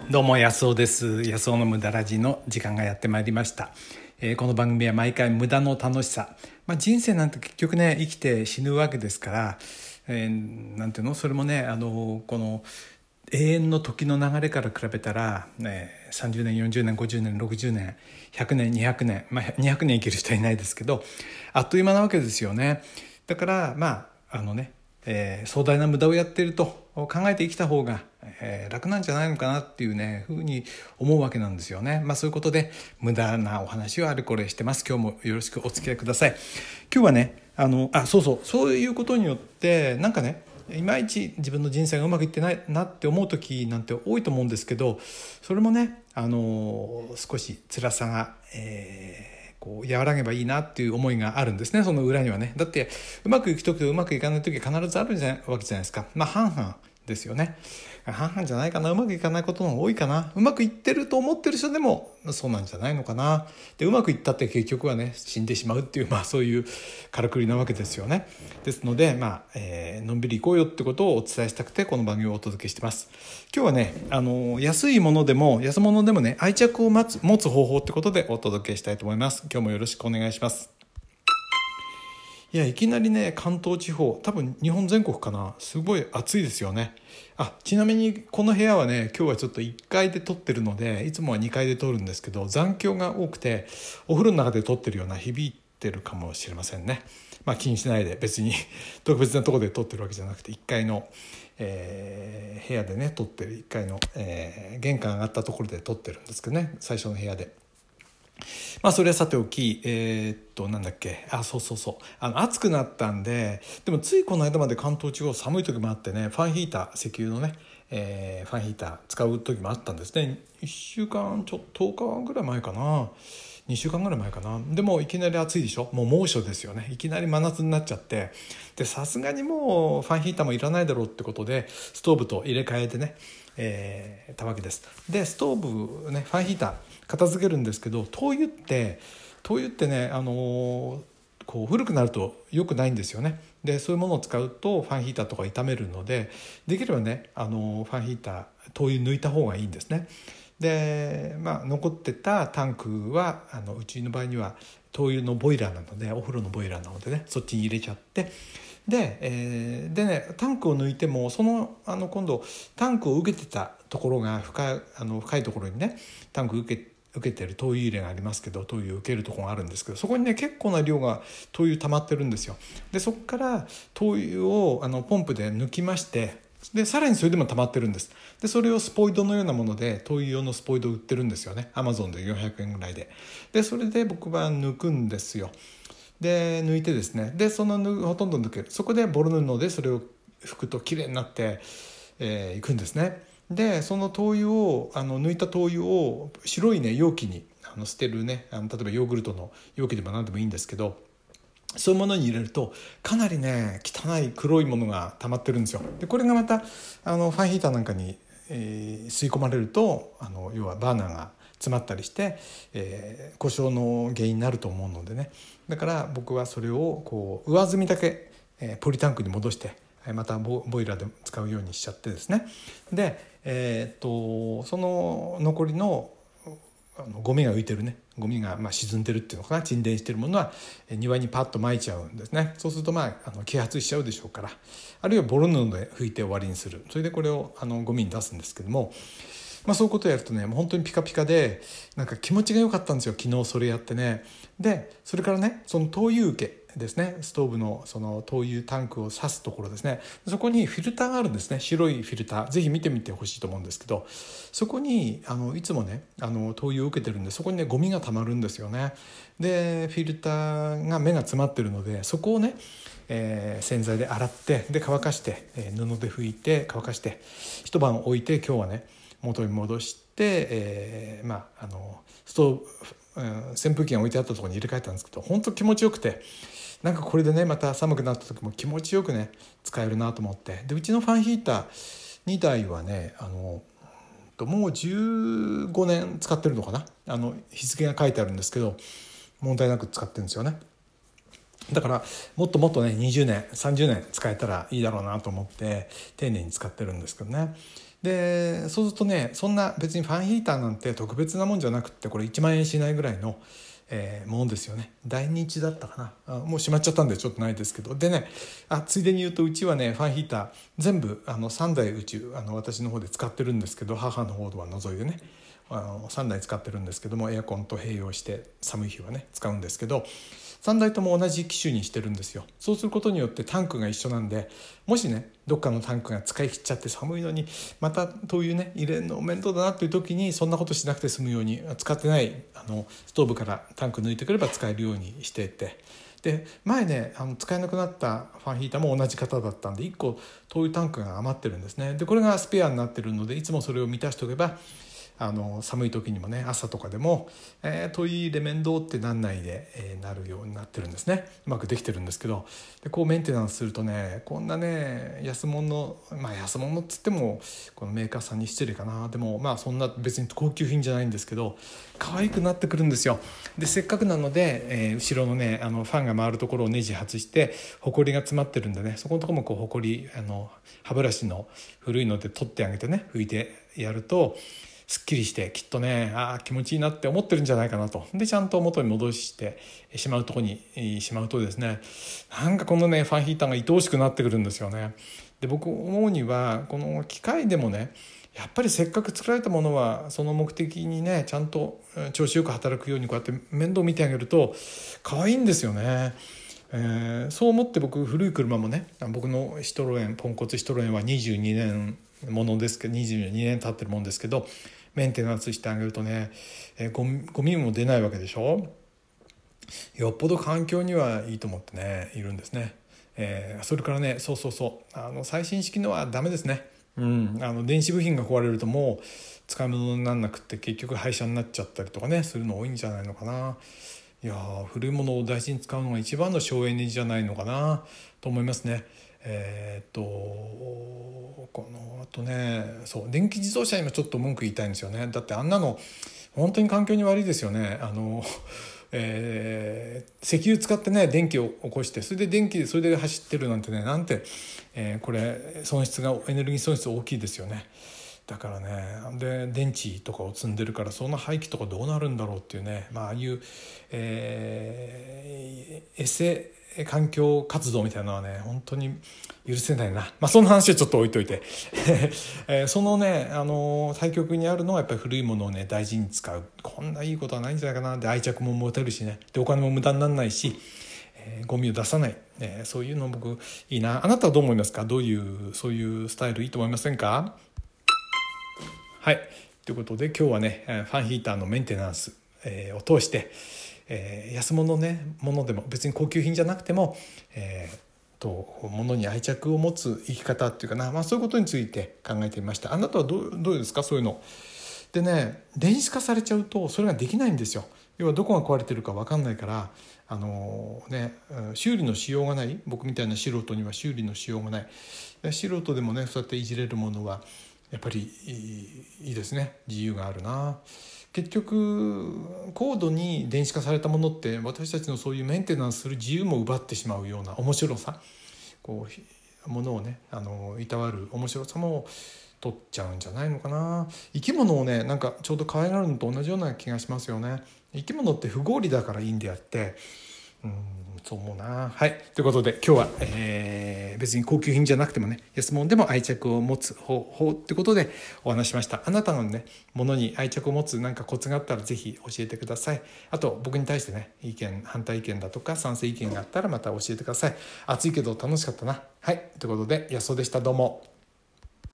どうも安尾です。安尾の無駄ラジの時間がやってまいりました。この番組は毎回無駄の楽しさ、人生なんて結局ね生きて死ぬわけですから、なんていうのそれもねこの永遠の時の流れから比べたら、30年40年50年60年100年200年、200年生きる人はいないですけどあっという間なわけですよね。だから壮大な無駄をやっていると考えて生きた方が、楽なんじゃないのかなっていうねふうに思うわけなんですよね。そういうことで無駄なお話をあれこれしてます。今日もよろしくお付き合いください。今日はねそういうことによってなんかねいまいち自分の人生がうまくいってないなって思う時なんて多いと思うんですけど、それもね少し辛さが、和らげばいいなっていう思いがあるんですね。その裏にはね、だってうまくいく時とうまくいかない時必ずあるわけじゃないですか。半々ですよね。半々じゃないかな。うまくいかないことの方が多いかな。うまくいってると思ってる人でもそうなんじゃないのかな。でうまくいったって結局はね死んでしまうっていうそういうからくりなわけですよね。ですのでのんびり行こうよってことをお伝えしたくてこの番組をお届けしてます。今日はね安いものでも安物でもね愛着を持つ方法ってことでお届けしたいと思います。今日もよろしくお願いします。いきなりね関東地方多分日本全国かなすごい暑いですよね。ちなみにこの部屋はね今日はちょっと1階で撮ってるのでいつもは2階で撮るんですけど残響が多くてお風呂の中で撮ってるような響いてるかもしれませんね。気にしないで別に特別なところで撮ってるわけじゃなくて1階の、部屋でね撮ってる1階の、玄関上がったところで撮ってるんですけどね最初の部屋で。それはさておきなんだっけ暑くなったんででもついこの間まで関東地方寒い時もあってねファンヒーター石油のね、ファンヒーター使う時もあったんですね。1週間ちょっと10日ぐらい前かな2週間ぐらい前かな。でもいきなり暑いでしょ。もう猛暑ですよね。いきなり真夏になっちゃってでさすがにもうファンヒーターもいらないだろうってことでストーブと入れ替えてね、たわけです。でストーブねファンヒーター片付けるんですけど灯油ってねこう古くなると良くないんですよね。でそういうものを使うとファンヒーターとか傷めるのでできればねファンヒーター灯油抜いた方がいいんですね。で残ってたタンクはうちの場合には灯油のボイラーなのでお風呂のボイラーなのでねそっちに入れちゃってでタンクを抜いても今度タンクを受けてたところが深いところにねタンク受けてる灯油入れがありますけど灯油を受けるところがあるんですけどそこにね結構な量が灯油溜まってるんですよ。でそこから灯油をポンプで抜きましてでさらにそれでも溜まってるんです。でそれをスポイドのようなもので灯油用のスポイド売ってるんですよね。アマゾンで400円ぐらいでそれで僕は抜くんですよ。で抜いてですねでほとんど抜けるそこでボロ布でそれを拭くときれいになっていくんですね。でその灯油を抜いた灯油を白いね容器に捨てるね例えばヨーグルトの容器でも何でもいいんですけどそういうものに入れるとかなりね汚い黒いものが溜まってるんですよ。でこれがまたファンヒーターなんかに、吸い込まれると要はバーナーが詰まったりして、故障の原因になると思うのでねだから僕はそれをこう上澄みだけ、ポリタンクに戻してまたボイラーで使うようにしちゃってですねで、その残りのゴミが浮いてるねゴミが沈んでるっていうのかな沈殿してるものは庭にパッと撒いちゃうんですね。そうすると揮発しちゃうでしょうからあるいはボロ布で拭いて終わりにするそれでこれをゴミに出すんですけどもそういうことをやるとねもう本当にピカピカでなんか気持ちが良かったんですよ昨日それやってね。でそれからねその灯油受けですねストーブのその灯油タンクを刺すところですねそこにフィルターがあるんですね。白いフィルターぜひ見てみてほしいと思うんですけどそこにいつもね灯油を受けてるんでそこにねゴミがたまるんですよね。でフィルターが目が詰まってるのでそこをね洗剤で洗ってで乾かして、布で拭いて乾かして一晩置いて今日はね元に戻して、ストーブ、扇風機が置いてあったところに入れ替えたんですけど本当気持ちよくてなんかこれでねまた寒くなった時も気持ちよくね使えるなと思ってでうちのファンヒーター2台はねもう15年使ってるのかな日付が書いてあるんですけど問題なく使ってるんですよね。だからもっともっとね20年30年使えたらいいだろうなと思って丁寧に使ってるんですけどね。 でそうするとね、そんな別にファンヒーターなんて特別なもんじゃなくって、これ1万円しないぐらいのものですよね。大日だったかな、もう閉まっちゃったんでちょっとないですけど。でね、ついでに言うと、うちはねファンヒーター全部3台うち私の方で使ってるんですけど、母の方は除いてね3台使ってるんですけども、エアコンと併用して寒い日はね使うんですけど、3台とも同じ機種にしてるんですよ。そうすることによってタンクが一緒なんで、もしねどっかのタンクが使い切っちゃって寒いのにまた灯油ね入れるの面倒だなっていう時に、そんなことしなくて済むように、使ってないストーブからタンク抜いてくれば使えるようにしていて、で前ね使えなくなったファンヒーターも同じ型だったんで、1個灯油タンクが余ってるんですね。でこれがスペアになってるので、いつもそれを満たしておけば寒い時にもね、朝とかでも灯油入れ面倒ってなんないで、なるようになってるんですね。うまくできてるんですけど、でこうメンテナンスするとね、こんなね安物安物っつってもこのメーカーさんに失礼かな、でもそんな別に高級品じゃないんですけど、可愛くなってくるんですよ。でせっかくなので、後ろのねファンが回るところをネジ外して、ホコリが詰まってるんでね、そこのところもこうホコリ歯ブラシの古いので取ってあげてね、拭いてやるとすっきりして、きっとね気持ちいいなって思ってるんじゃないかなと。でちゃんと元に戻してしまうとこにしまうとですね、なんかこのねファンヒーターが愛おしくなってくるんですよね。で僕思うには、この機械でもねやっぱりせっかく作られたものはその目的にねちゃんと調子よく働くようにこうやって面倒見てあげると可愛いんですよね。そう思って僕、古い車もね、僕のポンコツシトロエンは22年ものですけど、22年経ってるもんですけど、メンテナンスしてあげるとね、ゴミも出ないわけでしょ。よっぽど環境にはいいと思ってねいるんですね。それからね、最新式のはダメですね。電子部品が壊れるともう使い物にならなくて、結局廃車になっちゃったりとかねするの多いんじゃないのかな。いや古いものを大事に使うのが一番の省エネじゃないのかなと思いますね。あとね、電気自動車にもちょっと文句言いたいんですよね。だってあんなの本当に環境に悪いですよね。石油使ってね電気を起こして、それで走ってるなんてね、これエネルギー損失大きいですよね。だからね、で電池とかを積んでるから、そんな廃棄とかどうなるんだろうっていうね、ああいう、エセ環境活動みたいなのはね本当に許せないな。そんな話はちょっと置いといてそのね対極にあるのはやっぱり古いものをね大事に使う、こんないいことはないんじゃないかな。で愛着も持てるしね、でお金も無駄にならないし、ゴミを出さない、そういうの僕いいな。あなたはどう思いますか？そういうスタイルいいと思いませんか？はい、ということで今日はねファンヒーターのメンテナンス、を通して、安物ものでも別に高級品じゃなくても、物に愛着を持つ生き方っていうかな、そういうことについて考えてみました。あなたはどうですか？そういうのでね、電子化されちゃうとそれができないんですよ。要はどこが壊れてるか分かんないから、修理のしようがない。僕みたいな素人には修理のしようがない。素人でもねそうやっていじれるものはやっぱりいいですね。自由があるな。結局高度に電子化されたものって私たちのそういうメンテナンスする自由も奪ってしまうような面白さ、ものをねいたわる面白さも取っちゃうんじゃないのかな。生き物をねちょうど可愛がるのと同じような気がしますよね。生き物って不合理だからいいんであって、そう思うな。はい、ということで今日は、別に高級品じゃなくてもね安物でも愛着を持つ方法ってことでお話しました。あなたのね物に愛着を持つコツがあったらぜひ教えてください。あと僕に対してね反対意見だとか賛成意見があったらまた教えてください。暑いけど楽しかったな。はい、ということで安尾でした。どうも。